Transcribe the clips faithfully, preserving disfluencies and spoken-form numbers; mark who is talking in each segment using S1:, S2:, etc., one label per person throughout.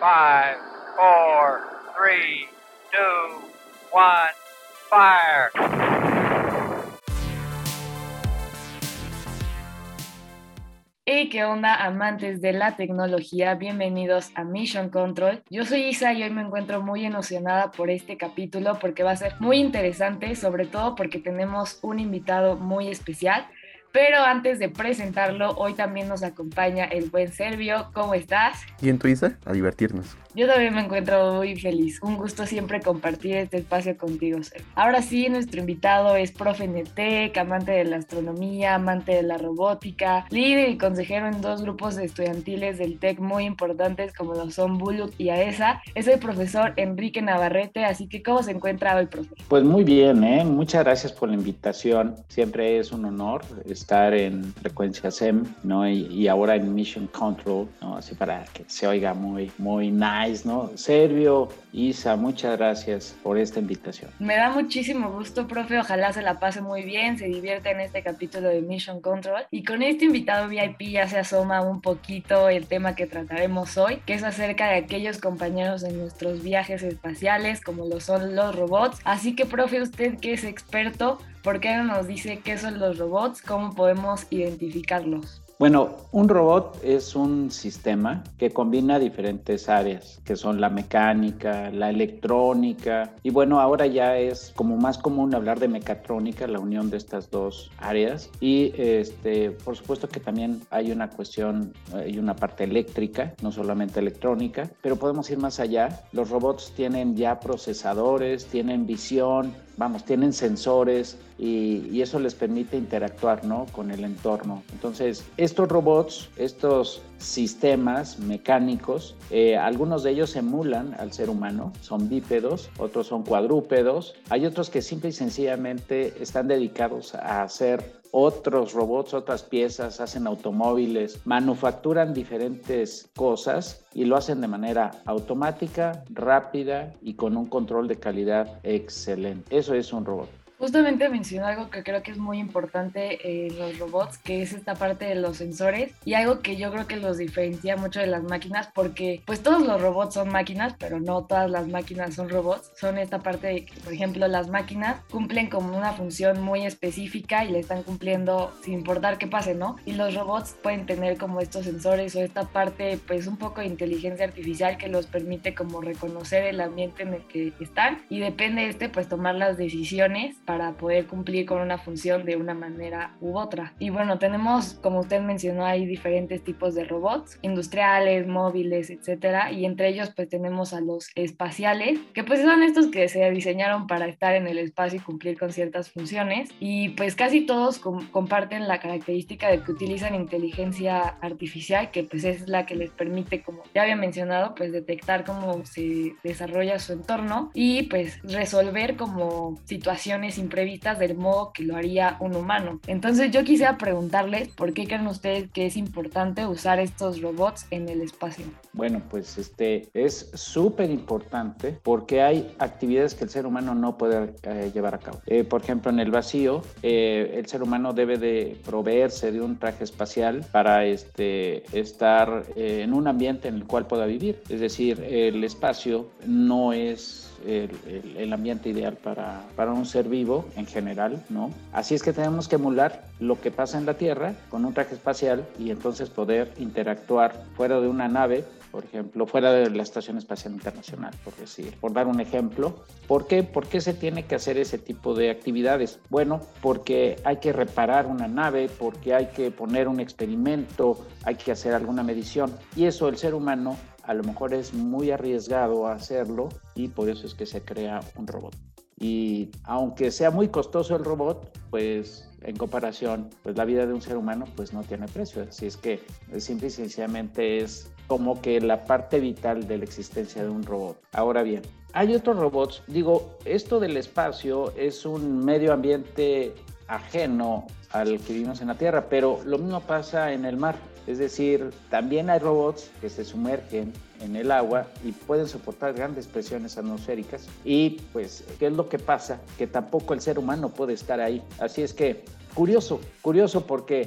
S1: Five, four, three, two, one, fire.
S2: Hey, ¿qué onda, amantes de la tecnología? Bienvenidos a Mission Control. Yo soy Isa y hoy me encuentro muy emocionada por este capítulo porque va a ser muy interesante, sobre todo porque tenemos un invitado muy especial. Pero antes de presentarlo, hoy también nos acompaña el buen Servio. ¿Cómo estás?
S3: Bien, tú, Isa, a divertirnos.
S2: Yo también me encuentro muy feliz. Un gusto siempre compartir este espacio contigo, Servio. Ahora sí, nuestro invitado es profe en el TEC, amante de la astronomía, amante de la robótica, líder y consejero en dos grupos estudiantiles del TEC muy importantes como lo son Bullock y AESA. Es el profesor Enrique Navarrete, así que ¿cómo se encuentra hoy, profe?
S4: Pues muy bien, ¿eh? Muchas gracias por la invitación. Siempre es un honor estar en Frecuencia S E M, ¿no? Y, y ahora en Mission Control, ¿no? Así para que se oiga muy, muy nice, ¿no? Servio, Isa, muchas gracias por esta invitación.
S2: Me da muchísimo gusto, profe. Ojalá se la pase muy bien, se divierta en este capítulo de Mission Control. Y con este invitado V I P ya se asoma un poquito el tema que trataremos hoy, que es acerca de aquellos compañeros en nuestros viajes espaciales, como lo son los robots. Así que, profe, usted que es experto, ¿por qué no nos dice qué son los robots? ¿Cómo podemos identificarlos?
S4: Bueno, un robot es un sistema que combina diferentes áreas, que son la mecánica, la electrónica, y bueno, ahora ya es como más común hablar de mecatrónica, la unión de estas dos áreas, y este, por supuesto que también hay una cuestión, hay una parte eléctrica, no solamente electrónica, pero podemos ir más allá. Los robots tienen ya procesadores, tienen visión, vamos, tienen sensores y, y eso les permite interactuar, ¿no?, con el entorno. Entonces, estos robots, estos sistemas mecánicos, eh, algunos de ellos emulan al ser humano, son bípedos, otros son cuadrúpedos, hay otros que simple y sencillamente están dedicados a hacer otros robots, otras piezas, hacen automóviles, manufacturan diferentes cosas y lo hacen de manera automática, rápida y con un control de calidad excelente. Eso es un robot.
S2: Justamente mencionó algo que creo que es muy importante en los robots, que es esta parte de los sensores, y algo que yo creo que los diferencia mucho de las máquinas, porque pues todos los robots son máquinas, pero no todas las máquinas son robots. Son esta parte de que, por ejemplo, las máquinas cumplen como una función muy específica y le están cumpliendo sin importar qué pase, ¿no? Y los robots pueden tener como estos sensores o esta parte pues un poco de inteligencia artificial que los permite como reconocer el ambiente en el que están y depende de este pues tomar las decisiones para poder cumplir con una función de una manera u otra. Y bueno, tenemos, como usted mencionó, hay diferentes tipos de robots, industriales, móviles, etcétera, y entre ellos pues tenemos a los espaciales, que pues son estos que se diseñaron para estar en el espacio y cumplir con ciertas funciones, y pues casi todos com- comparten la característica de que utilizan inteligencia artificial, que pues es la que les permite, como ya había mencionado, pues detectar cómo se desarrolla su entorno y pues resolver como situaciones imprevistas del modo que lo haría un humano. Entonces yo quisiera preguntarles por qué creen ustedes que es importante usar estos robots en el espacio.
S4: Bueno, pues este es súper importante porque hay actividades que el ser humano no puede eh, llevar a cabo. Eh, por ejemplo, en el vacío, eh, el ser humano debe de proveerse de un traje espacial para este, estar eh, en un ambiente en el cual pueda vivir. Es decir, el espacio no es El, el, el ambiente ideal para, para un ser vivo en general, ¿no? Así es que tenemos que emular lo que pasa en la Tierra con un traje espacial y entonces poder interactuar fuera de una nave, por ejemplo, fuera de la Estación Espacial Internacional, por decir, por dar un ejemplo. ¿Por qué? ¿Por qué se tiene que hacer ese tipo de actividades? Bueno, porque hay que reparar una nave, porque hay que poner un experimento, hay que hacer alguna medición y eso el ser humano a lo mejor es muy arriesgado a hacerlo y por eso es que se crea un robot. Y aunque sea muy costoso el robot, pues en comparación, pues la vida de un ser humano pues no tiene precio. Así es que simple y sencillamente es como que la parte vital de la existencia de un robot. Ahora bien, hay otros robots. Digo, esto del espacio es un medio ambiente ajeno al que vivimos en la Tierra, pero lo mismo pasa en el mar. Es decir, también hay robots que se sumergen en el agua y pueden soportar grandes presiones atmosféricas. Y pues, ¿qué es lo que pasa? Que tampoco el ser humano puede estar ahí. Así es que, curioso, curioso porque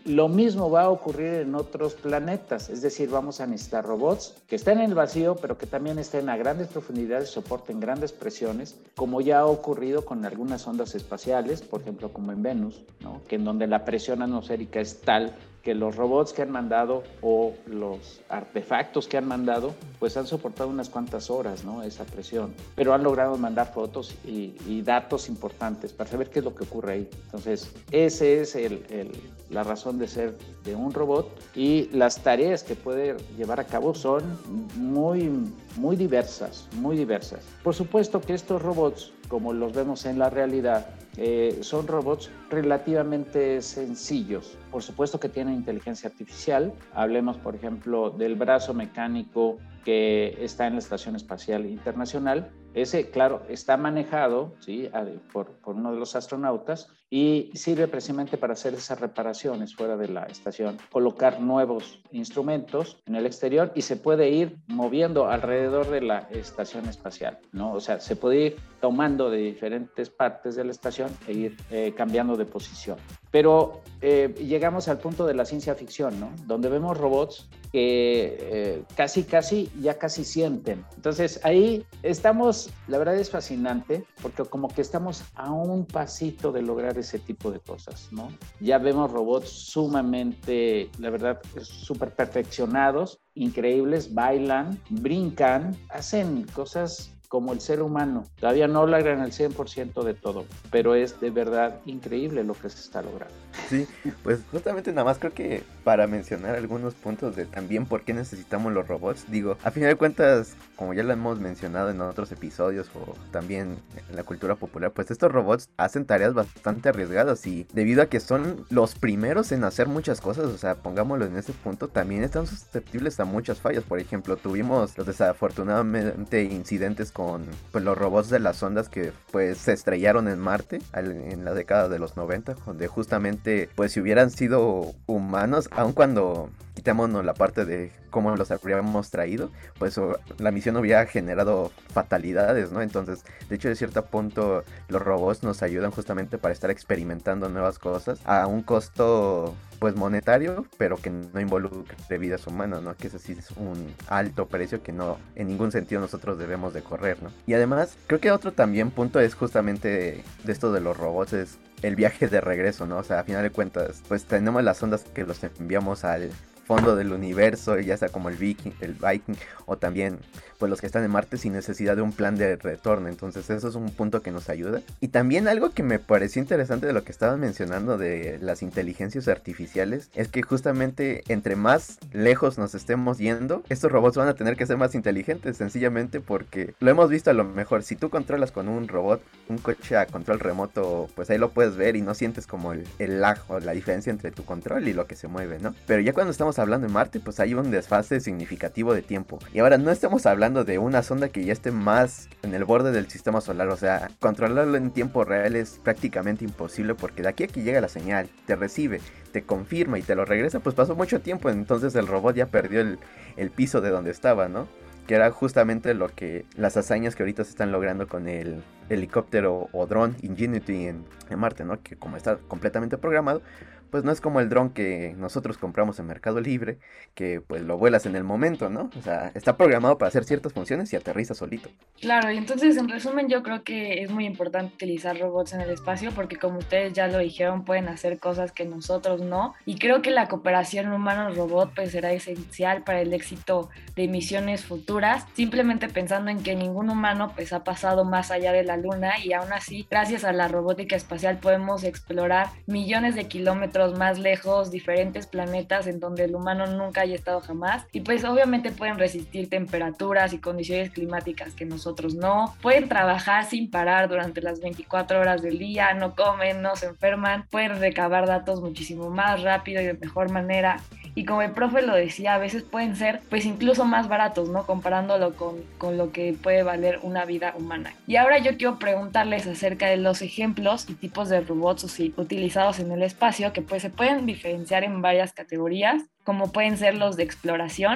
S4: lo mismo va a ocurrir en otros planetas, es decir, vamos a necesitar robots que estén en el vacío, pero que también estén a grandes profundidades, soporten grandes presiones, como ya ha ocurrido con algunas ondas espaciales, por ejemplo, como en Venus, ¿no? Que en donde la presión atmosférica es tal que los robots que han mandado o los artefactos que han mandado, pues han soportado unas cuantas horas, ¿no? Esa presión, pero han logrado mandar fotos y, y datos importantes para saber qué es lo que ocurre ahí. Entonces, esa es el, el, la razón de ser de un robot, y las tareas que puede llevar a cabo son muy, muy diversas, muy diversas. Por supuesto que estos robots, como los vemos en la realidad, eh, son robots relativamente sencillos. Por supuesto que tienen inteligencia artificial. Hablemos, por ejemplo, del brazo mecánico que está en la Estación Espacial Internacional. Ese, claro, está manejado, ¿sí? por, por uno de los astronautas, y sirve precisamente para hacer esas reparaciones fuera de la estación, colocar nuevos instrumentos en el exterior, y se puede ir moviendo alrededor de la estación espacial, ¿no? O sea, se puede ir tomando de diferentes partes de la estación e ir eh, cambiando de posición. Pero eh, llegamos al punto de la ciencia ficción, ¿no? Donde vemos robots que eh, casi, casi, ya casi sienten. Entonces ahí estamos, la verdad es fascinante, porque como que estamos a un pasito de lograr ese tipo de cosas, ¿no? Ya vemos robots sumamente, la verdad, súper perfeccionados, increíbles, bailan, brincan, hacen cosas como el ser humano. Todavía no logran el cien por ciento de todo, pero es de verdad increíble lo que se está logrando.
S3: Sí, pues justamente nada más creo que para mencionar algunos puntos de también por qué necesitamos los robots, digo, a final de cuentas, como ya lo hemos mencionado en otros episodios o también en la cultura popular, pues estos robots hacen tareas bastante arriesgadas, y debido a que son los primeros en hacer muchas cosas, o sea, pongámoslo en ese punto, también están susceptibles a muchas fallas. Por ejemplo, tuvimos los desafortunadamente incidentes con pues, los robots de las sondas que pues se estrellaron en Marte al, en la década de los noventa, donde justamente pues si hubieran sido humanos, aun cuando quitémonos la parte de cómo los habríamos traído, pues la misión hubiera generado fatalidades, ¿no? Entonces, de hecho, de cierto punto, los robots nos ayudan justamente para estar experimentando nuevas cosas a un costo, pues, monetario, pero que no involucre vidas humanas, ¿no? Que ese sí es un alto precio que no, en ningún sentido nosotros debemos de correr, ¿no? Y además, creo que otro también punto es justamente de, de esto de los robots, es el viaje de regreso, ¿no? O sea, a final de cuentas, pues tenemos las ondas que los enviamos al fondo del universo, ya sea como el Viking, el Viking, o también pues los que están en Marte sin necesidad de un plan de retorno. Entonces eso es un punto que nos ayuda. Y también algo que me pareció interesante de lo que estaban mencionando de las inteligencias artificiales, es que justamente entre más lejos nos estemos yendo, estos robots van a tener que ser más inteligentes, sencillamente porque lo hemos visto. A lo mejor si tú controlas con un robot un coche a control remoto, pues ahí lo puedes ver y no sientes como el, el lag o la diferencia entre tu control y lo que se mueve, ¿no? Pero ya cuando estamos hablando de Marte, pues hay un desfase significativo de tiempo. Y ahora no estamos hablando de una sonda que ya esté más en el borde del sistema solar, o sea, controlarlo en tiempo real es prácticamente imposible, porque de aquí a que llega la señal, te recibe, te confirma y te lo regresa, pues pasó mucho tiempo. Entonces el robot ya perdió el, el piso de donde estaba, ¿no? Que era justamente lo que las hazañas que ahorita se están logrando con el helicóptero o dron Ingenuity en, en Marte, ¿no? Que como está completamente programado, pues no es como el dron que nosotros compramos en Mercado Libre, que pues lo vuelas en el momento, ¿no? O sea, está programado para hacer ciertas funciones y aterriza solito.
S2: Claro, y entonces en resumen yo creo que es muy importante utilizar robots en el espacio, porque como ustedes ya lo dijeron, pueden hacer cosas que nosotros no, y creo que la cooperación humano-robot pues será esencial para el éxito de misiones futuras, simplemente pensando en que ningún humano pues ha pasado más allá de la Luna, y aún así, gracias a la robótica espacial podemos explorar millones de kilómetros más lejos, diferentes planetas en donde el humano nunca haya estado jamás, y pues obviamente pueden resistir temperaturas y condiciones climáticas que nosotros no, pueden trabajar sin parar durante las veinticuatro horas del día, no comen, no se enferman, pueden recabar datos muchísimo más rápido y de mejor manera, y como el profe lo decía, a veces pueden ser pues incluso más baratos, ¿no? Comparándolo con, con lo que puede valer una vida humana. Y ahora yo quiero preguntarles acerca de los ejemplos y tipos de robots utilizados en el espacio, que pues se pueden diferenciar en varias categorías, como pueden ser los de exploración,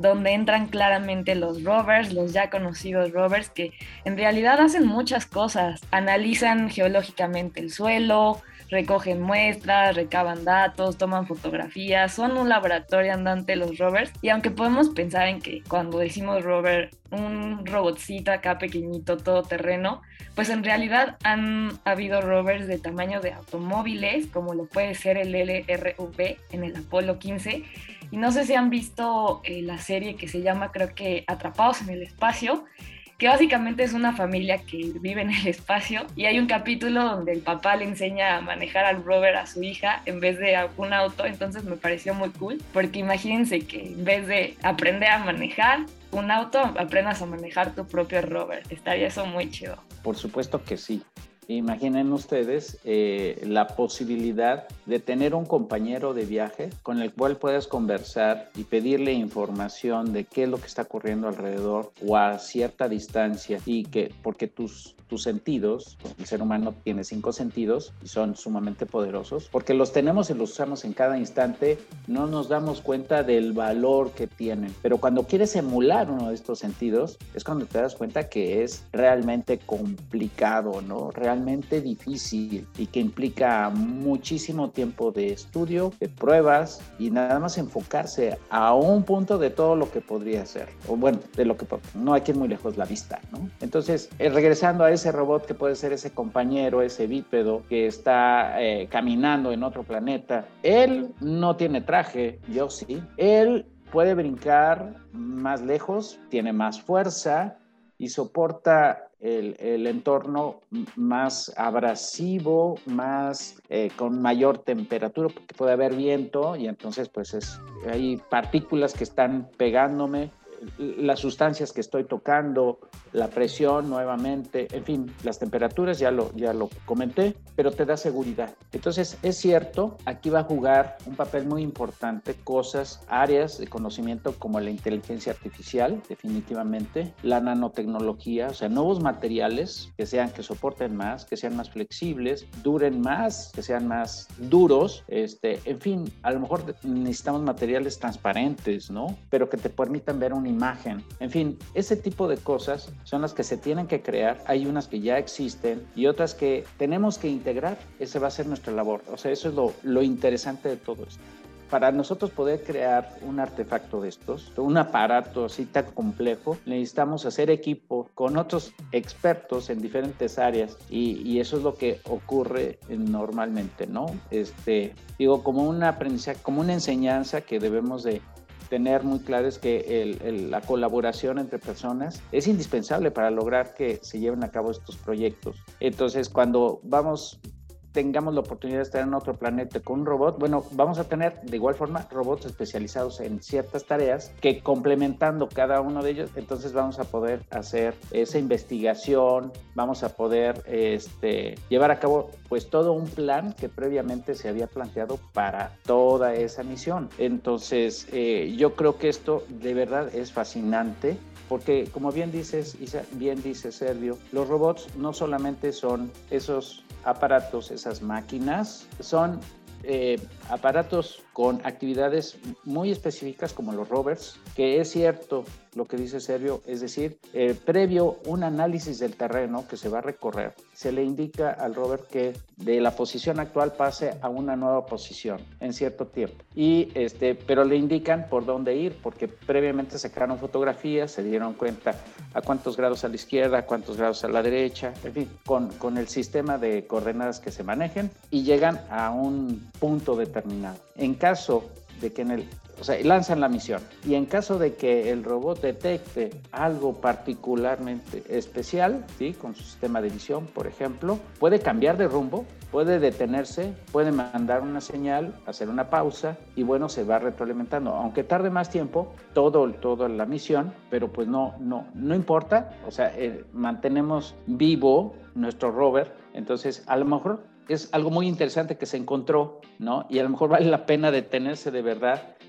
S2: donde entran claramente los rovers, los ya conocidos rovers, que en realidad hacen muchas cosas. Analizan geológicamente el suelo, recogen muestras, recaban datos, toman fotografías, son un laboratorio andante los rovers. Y aunque podemos pensar en que cuando decimos rover, un robotcito acá pequeñito, todoterreno, pues en realidad han habido rovers de tamaño de automóviles, como lo puede ser el L R V en el Apolo quince. Y no sé si han visto eh, la serie que se llama, creo que Atrapados en el Espacio, que básicamente es una familia que vive en el espacio, y hay un capítulo donde el papá le enseña a manejar al rover a su hija en vez de a un auto. Entonces me pareció muy cool, porque imagínense que en vez de aprender a manejar un auto, aprendas a manejar tu propio rover. Estaría eso muy chido.
S4: Por supuesto que sí. Imaginen ustedes eh, la posibilidad de tener un compañero de viaje con el cual puedas conversar y pedirle información de qué es lo que está ocurriendo alrededor o a cierta distancia, y que porque tus, tus sentidos, el ser humano tiene cinco sentidos y son sumamente poderosos, porque los tenemos y los usamos en cada instante, no nos damos cuenta del valor que tienen. Pero cuando quieres emular uno de estos sentidos es cuando te das cuenta que es realmente complicado, ¿no? Realmente difícil, y que implica muchísimo tiempo de estudio, de pruebas, y nada más enfocarse a un punto de todo lo que podría ser, o bueno, de lo que no hay que ir muy lejos la vista, ¿no? Entonces, eh, regresando a ese robot que puede ser ese compañero, ese bípedo que está eh, caminando en otro planeta, él no tiene traje, yo sí, él puede brincar más lejos, tiene más fuerza y soporta el, el entorno más abrasivo, más eh, con mayor temperatura, porque puede haber viento, y entonces pues es, hay partículas que están pegándome, las sustancias que estoy tocando, la presión nuevamente, en fin, las temperaturas, ya lo, ya lo comenté, pero te da seguridad. Entonces, es cierto, aquí va a jugar un papel muy importante cosas, áreas de conocimiento como la inteligencia artificial, definitivamente, la nanotecnología, o sea, nuevos materiales que sean, que soporten más, que sean más flexibles, duren más, que sean más duros, este, en fin, a lo mejor necesitamos materiales transparentes, ¿no? Pero que te permitan ver una imagen. En fin, ese tipo de cosas son las que se tienen que crear. Hay unas que ya existen y otras que tenemos que integrar. Esa va a ser nuestra labor. O sea, eso es lo, lo interesante de todo esto. Para nosotros poder crear un artefacto de estos, un aparato así tan complejo, necesitamos hacer equipo con otros expertos en diferentes áreas, y, y eso es lo que ocurre normalmente, ¿no? Este, digo, como un aprendizaje, como una enseñanza que debemos de tener muy claro, es que el, el, la colaboración entre personas es indispensable para lograr que se lleven a cabo estos proyectos. Entonces, cuando vamos, tengamos la oportunidad de estar en otro planeta con un robot, bueno, vamos a tener de igual forma robots especializados en ciertas tareas que, complementando cada uno de ellos, entonces vamos a poder hacer esa investigación, vamos a poder este, llevar a cabo pues todo un plan que previamente se había planteado para toda esa misión. Entonces, eh, yo creo que esto de verdad es fascinante, porque como bien dices, Isa, bien dice Sergio, los robots no solamente son esos aparatos, esas máquinas, son eh, aparatos con actividades muy específicas como los rovers, que es cierto lo que dice Sergio, es decir, eh, previo un análisis del terreno que se va a recorrer, se le indica al rover que de la posición actual pase a una nueva posición en cierto tiempo, y este, pero le indican por dónde ir, porque previamente sacaron fotografías, se dieron cuenta a cuántos grados a la izquierda, a cuántos grados a la derecha, en fin, con, con el sistema de coordenadas que se manejen, y llegan a un punto determinado. En caso de que en el O sea, lanzan la misión, y en caso de que el robot detecte algo particularmente especial, ¿sí? Con su sistema de visión, por ejemplo, puede cambiar de rumbo, puede detenerse, puede mandar una señal, hacer una pausa, y bueno, se va retroalimentando. Aunque tarde más tiempo, todo, toda la misión, pero pues no, no, no importa, o sea, eh, mantenemos vivo nuestro rover. Entonces, a lo mejor es algo muy interesante que se encontró, ¿no? Y a lo mejor vale la pena detenerse de verdad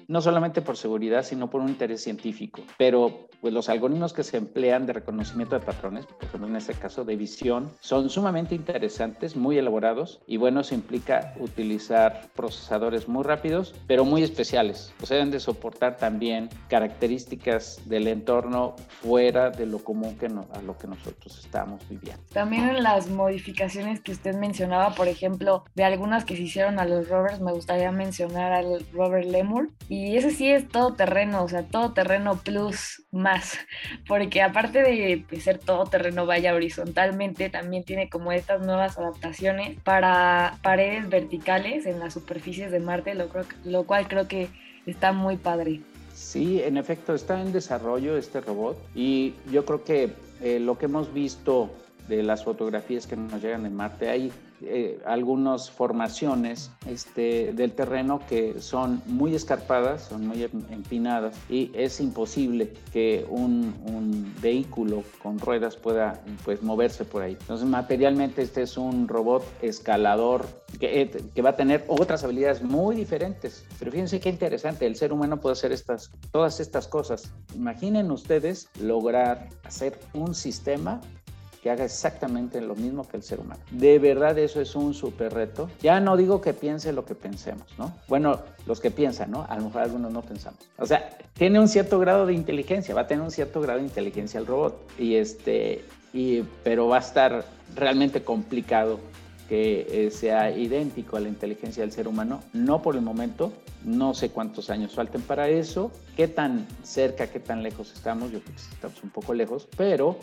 S4: no solamente por seguridad, sino por un interés científico. Pero pues los algoritmos que se emplean de reconocimiento de patrones, por ejemplo en este caso de visión, son sumamente interesantes, muy elaborados, y bueno, eso implica utilizar procesadores muy rápidos, pero muy especiales. O sea, deben de soportar también características del entorno fuera de lo común que no, a lo que nosotros estamos viviendo.
S2: También en las modificaciones que usted mencionaba, por ejemplo, de algunas que se hicieron a los rovers, me gustaría mencionar al rover Lemur, y ese sí es todoterreno, o sea, todoterreno plus más, porque aparte de ser todoterreno, vaya horizontalmente, también tiene como estas nuevas adaptaciones para paredes verticales en las superficies de Marte, lo, creo, lo cual creo que está muy padre.
S4: Sí, en efecto, está en desarrollo este robot, y yo creo que eh, lo que hemos visto de las fotografías que nos llegan de Marte, hay eh, algunas formaciones este, del terreno que son muy escarpadas, son muy empinadas, y es imposible que un, un vehículo con ruedas pueda pues, moverse por ahí. Entonces, materialmente este es un robot escalador que, que va a tener otras habilidades muy diferentes. Pero fíjense qué interesante, el ser humano puede hacer estas, todas estas cosas. Imaginen ustedes lograr hacer un sistema que haga exactamente lo mismo que el ser humano. De verdad, eso es un súper reto. Ya no digo que piense lo que pensemos, ¿no? Bueno, los que piensan, ¿no? A lo mejor algunos no pensamos. O sea, tiene un cierto grado de inteligencia, va a tener un cierto grado de inteligencia el robot, y este, y, pero va a estar realmente complicado que eh, sea idéntico a la inteligencia del ser humano. No por el momento, no sé cuántos años falten para eso, qué tan cerca, qué tan lejos estamos, yo creo que estamos un poco lejos, pero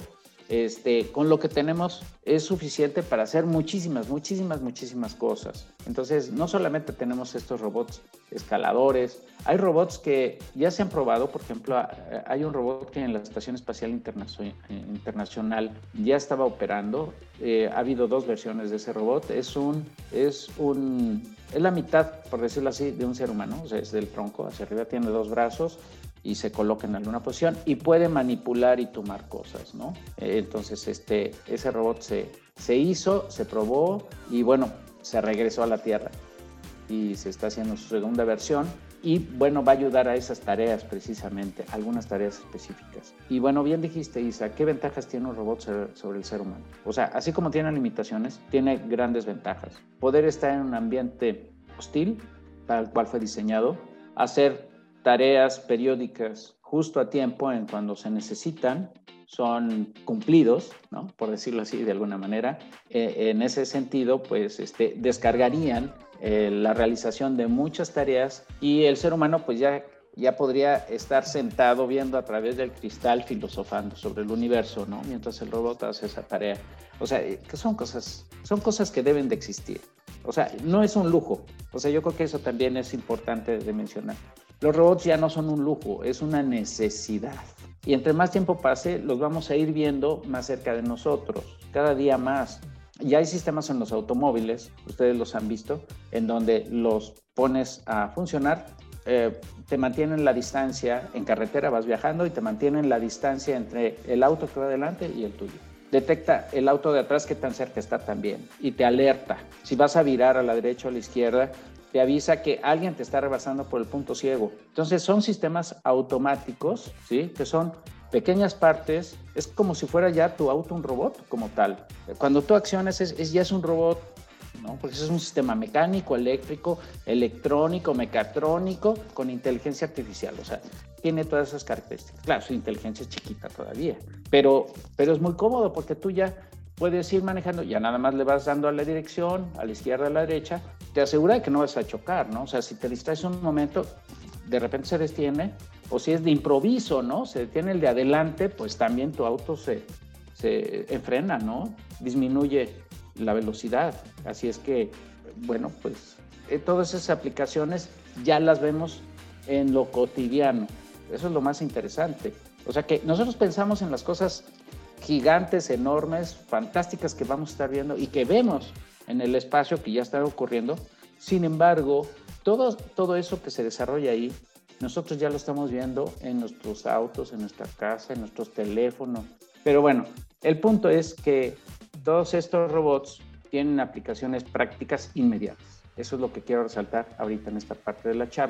S4: Este, con lo que tenemos es suficiente para hacer muchísimas, muchísimas, muchísimas cosas. Entonces, no solamente tenemos estos robots escaladores, hay robots que ya se han probado. Por ejemplo, hay un robot que en la Estación Espacial Internacional, Internacional ya estaba operando. Eh, ha habido dos versiones de ese robot. Es un, es un, es la mitad, por decirlo así, de un ser humano. O sea, es del tronco hacia arriba, tiene dos brazos y se coloca en alguna posición y puede manipular y tomar cosas, ¿no? Entonces, este, ese robot se, se hizo, se probó y, bueno, se regresó a la Tierra y se está haciendo su segunda versión y, bueno, va a ayudar a esas tareas precisamente, algunas tareas específicas. Y, bueno, bien dijiste, Isa, ¿qué ventajas tiene un robot sobre el ser humano? O sea, así como tiene limitaciones, tiene grandes ventajas. Poder estar en un ambiente hostil, para el cual fue diseñado, hacer tareas periódicas justo a tiempo en cuando se necesitan, son cumplidos, ¿no? Por decirlo así de alguna manera. Eh, en ese sentido, pues este, descargarían eh, la realización de muchas tareas y el ser humano pues ya, ya podría estar sentado viendo a través del cristal filosofando sobre el universo, ¿no? Mientras el robot hace esa tarea. O sea, que son cosas, son cosas que deben de existir. O sea, no es un lujo. O sea, yo creo que eso también es importante de mencionar. Los robots ya no son un lujo, es una necesidad. Y entre más tiempo pase, los vamos a ir viendo más cerca de nosotros, cada día más. Ya hay sistemas en los automóviles, ustedes los han visto, en donde los pones a funcionar, eh, te mantienen la distancia, en carretera vas viajando y te mantienen la distancia entre el auto que va adelante y el tuyo. Detecta el auto de atrás qué tan cerca está también y te alerta. Si vas a virar a la derecha o a la izquierda, te avisa que alguien te está rebasando por el punto ciego. Entonces son sistemas automáticos, ¿sí? Que son pequeñas partes, es como si fuera ya tu auto un robot como tal. Cuando tú accionas es, es ya es un robot, ¿no? Porque es un sistema mecánico, eléctrico, electrónico, mecatrónico, con inteligencia artificial. O sea, tiene todas esas características. Claro, su inteligencia es chiquita todavía, pero, pero es muy cómodo porque tú ya puedes ir manejando, ya nada más le vas dando a la dirección, a la izquierda, a la derecha, te asegura de que no vas a chocar, ¿no? O sea, si te distraes un momento, de repente se detiene, o si es de improviso, ¿no? Se detiene el de adelante, pues también tu auto se, se enfrena, ¿no? Disminuye la velocidad. Así es que, bueno, pues eh, todas esas aplicaciones ya las vemos en lo cotidiano. Eso es lo más interesante. O sea que nosotros pensamos en las cosas gigantes, enormes, fantásticas que vamos a estar viendo y que vemos en el espacio que ya está ocurriendo. Sin embargo, todo, todo eso que se desarrolla ahí, nosotros ya lo estamos viendo en nuestros autos, en nuestra casa, en nuestros teléfonos. Pero bueno, el punto es que todos estos robots tienen aplicaciones prácticas inmediatas. Eso es lo que quiero resaltar ahorita en esta parte de la charla.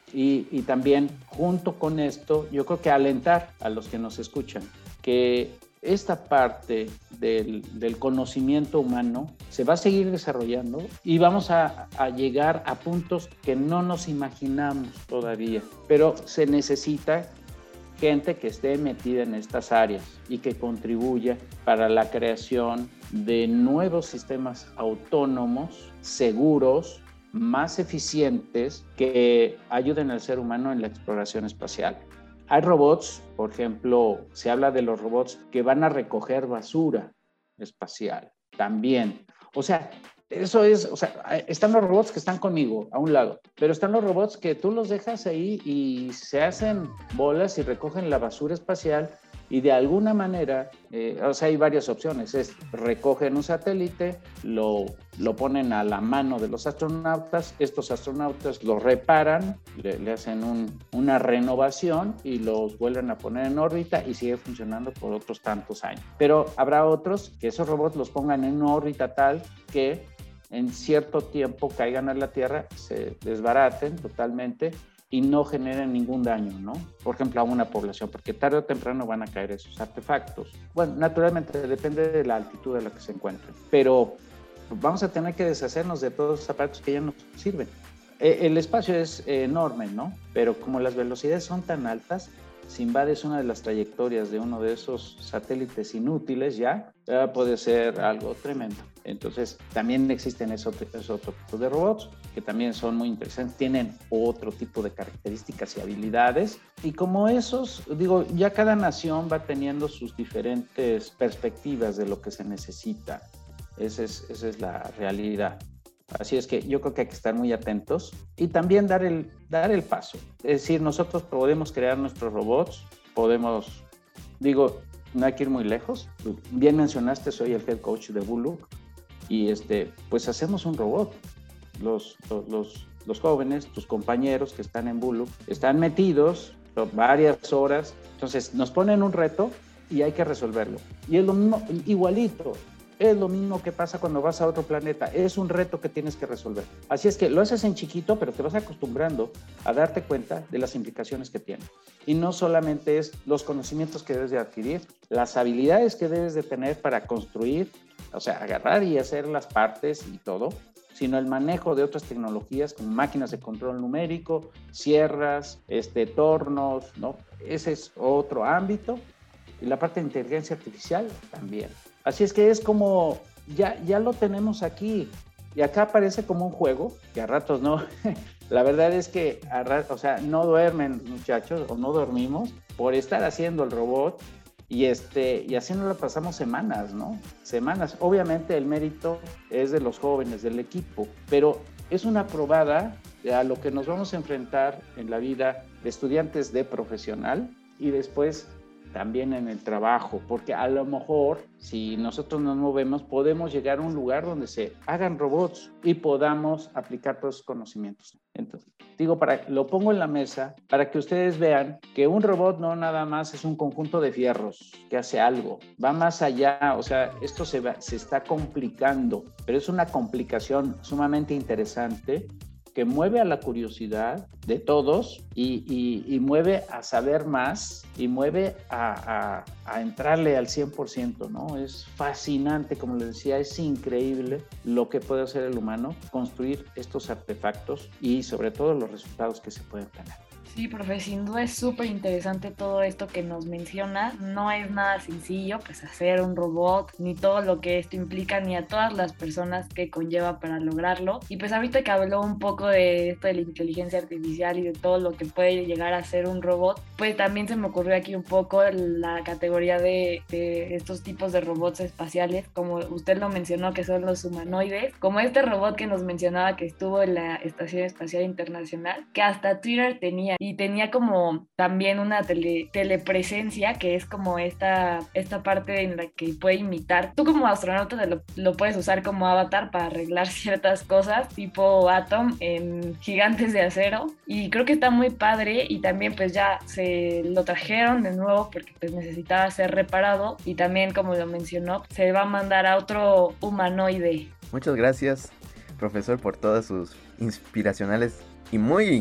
S4: Y, y también junto con esto, yo creo que alentar a los que nos escuchan que esta parte del, del conocimiento humano se va a seguir desarrollando y vamos a, a llegar a puntos que no nos imaginamos todavía, pero se necesita gente que esté metida en estas áreas y que contribuya para la creación de nuevos sistemas autónomos, seguros, más eficientes, que ayuden al ser humano en la exploración espacial. Hay robots, por ejemplo, se habla de los robots que van a recoger basura espacial también. O sea, eso es, o sea, están los robots que están conmigo a un lado, pero están los robots que tú los dejas ahí y se hacen bolas y recogen la basura espacial y de alguna manera, eh, o sea, hay varias opciones. Es recogen un satélite, lo, lo ponen a la mano de los astronautas, estos astronautas lo reparan, le, le hacen un, una renovación y los vuelven a poner en órbita y sigue funcionando por otros tantos años. Pero habrá otros que esos robots los pongan en una órbita tal que en cierto tiempo caigan a la Tierra, se desbaraten totalmente y no generen ningún daño, ¿no? Por ejemplo, a una población, porque tarde o temprano van a caer esos artefactos. Bueno, naturalmente depende de la altitud a la que se encuentren, pero vamos a tener que deshacernos de todos los aparatos que ya no sirven. El espacio es enorme, ¿no? Pero como las velocidades son tan altas, si invades una de las trayectorias de uno de esos satélites inútiles ya, ya puede ser algo tremendo. Entonces, también existen esos, esos otro tipo de robots que también son muy interesantes, tienen otro tipo de características y habilidades. Y como esos, digo, ya cada nación va teniendo sus diferentes perspectivas de lo que se necesita. Esa es, esa es la realidad. Así es que yo creo que hay que estar muy atentos y también dar el, dar el paso. Es decir, nosotros podemos crear nuestros robots, podemos, digo, no hay que ir muy lejos. Bien mencionaste, soy el head coach de Bullock y este, pues hacemos un robot. Los, los, los, los jóvenes, tus compañeros que están en Bullock, están metidos varias horas, entonces nos ponen un reto y hay que resolverlo. Y es lo mismo, igualito. Es lo mismo que pasa cuando vas a otro planeta. Es un reto que tienes que resolver. Así es que lo haces en chiquito, pero te vas acostumbrando a darte cuenta de las implicaciones que tiene. Y no solamente es los conocimientos que debes de adquirir, las habilidades que debes de tener para construir, o sea, agarrar y hacer las partes y todo, sino el manejo de otras tecnologías como máquinas de control numérico, sierras, este, tornos, ¿no? Ese es otro ámbito. Y la parte de inteligencia artificial también. Así es que es como, ya, ya lo tenemos aquí, y acá parece como un juego, que a ratos no, la verdad es que, a ratos, o sea, no duermen muchachos, o no dormimos, por estar haciendo el robot, y, este, y así nos lo pasamos semanas, ¿no? Semanas. Obviamente el mérito es de los jóvenes, del equipo, pero es una probada a lo que nos vamos a enfrentar en la vida de estudiantes de profesional, y después también en el trabajo, porque a lo mejor si nosotros nos movemos podemos llegar a un lugar donde se hagan robots y podamos aplicar todos esos conocimientos. Entonces, digo, para, lo pongo en la mesa para que ustedes vean que un robot no nada más es un conjunto de fierros que hace algo, va más allá, o sea, esto se, va, se está complicando, pero es una complicación sumamente interesante que mueve a la curiosidad de todos y, y, y mueve a saber más y mueve a, a, a entrarle al cien por ciento, ¿no? Es fascinante, como les decía, es increíble lo que puede hacer el humano, construir estos artefactos y sobre todo los resultados que se pueden tener.
S2: Sí, profe, sin duda es súper interesante todo esto que nos menciona. No es nada sencillo, pues, hacer un robot, ni todo lo que esto implica, ni a todas las personas que conlleva para lograrlo. Y pues ahorita que habló un poco de esto de la inteligencia artificial y de todo lo que puede llegar a ser un robot, pues también se me ocurrió aquí un poco la categoría de, de estos tipos de robots espaciales, como usted lo mencionó, que son los humanoides, como este robot que nos mencionaba que estuvo en la Estación Espacial Internacional, que hasta Twitter tenía. Y tenía como también una tele, telepresencia, que es como esta, esta parte en la que puede imitar. Tú como astronauta lo, lo puedes usar como avatar para arreglar ciertas cosas, tipo Atom en Gigantes de Acero. Y creo que está muy padre y también pues ya se lo trajeron de nuevo porque pues necesitaba ser reparado. Y también, como lo mencionó, se va a mandar a otro humanoide.
S3: Muchas gracias, profesor, por todas sus inspiracionales y muy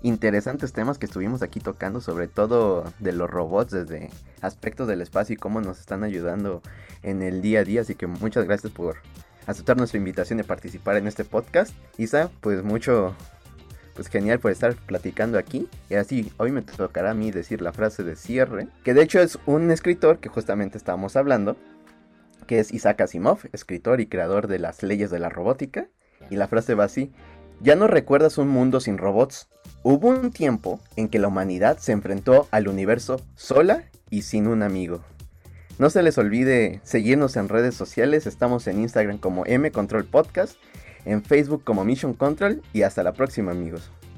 S3: interesantes temas que estuvimos aquí tocando, sobre todo de los robots desde aspectos del espacio y cómo nos están ayudando en el día a día. Así que muchas gracias por aceptar nuestra invitación de participar en este podcast. Isa, pues mucho, pues genial por estar platicando aquí. Y así, hoy me tocará a mí decir la frase de cierre, que de hecho es un escritor que justamente estábamos hablando, que es Isaac Asimov, escritor y creador de Las leyes de la robótica. Y la frase va así: ya no recuerdas un mundo sin robots. Hubo un tiempo en que la humanidad se enfrentó al universo sola y sin un amigo. No se les olvide seguirnos en redes sociales. Estamos en Instagram como M Control Podcast, en Facebook como Mission Control, y hasta la próxima, amigos.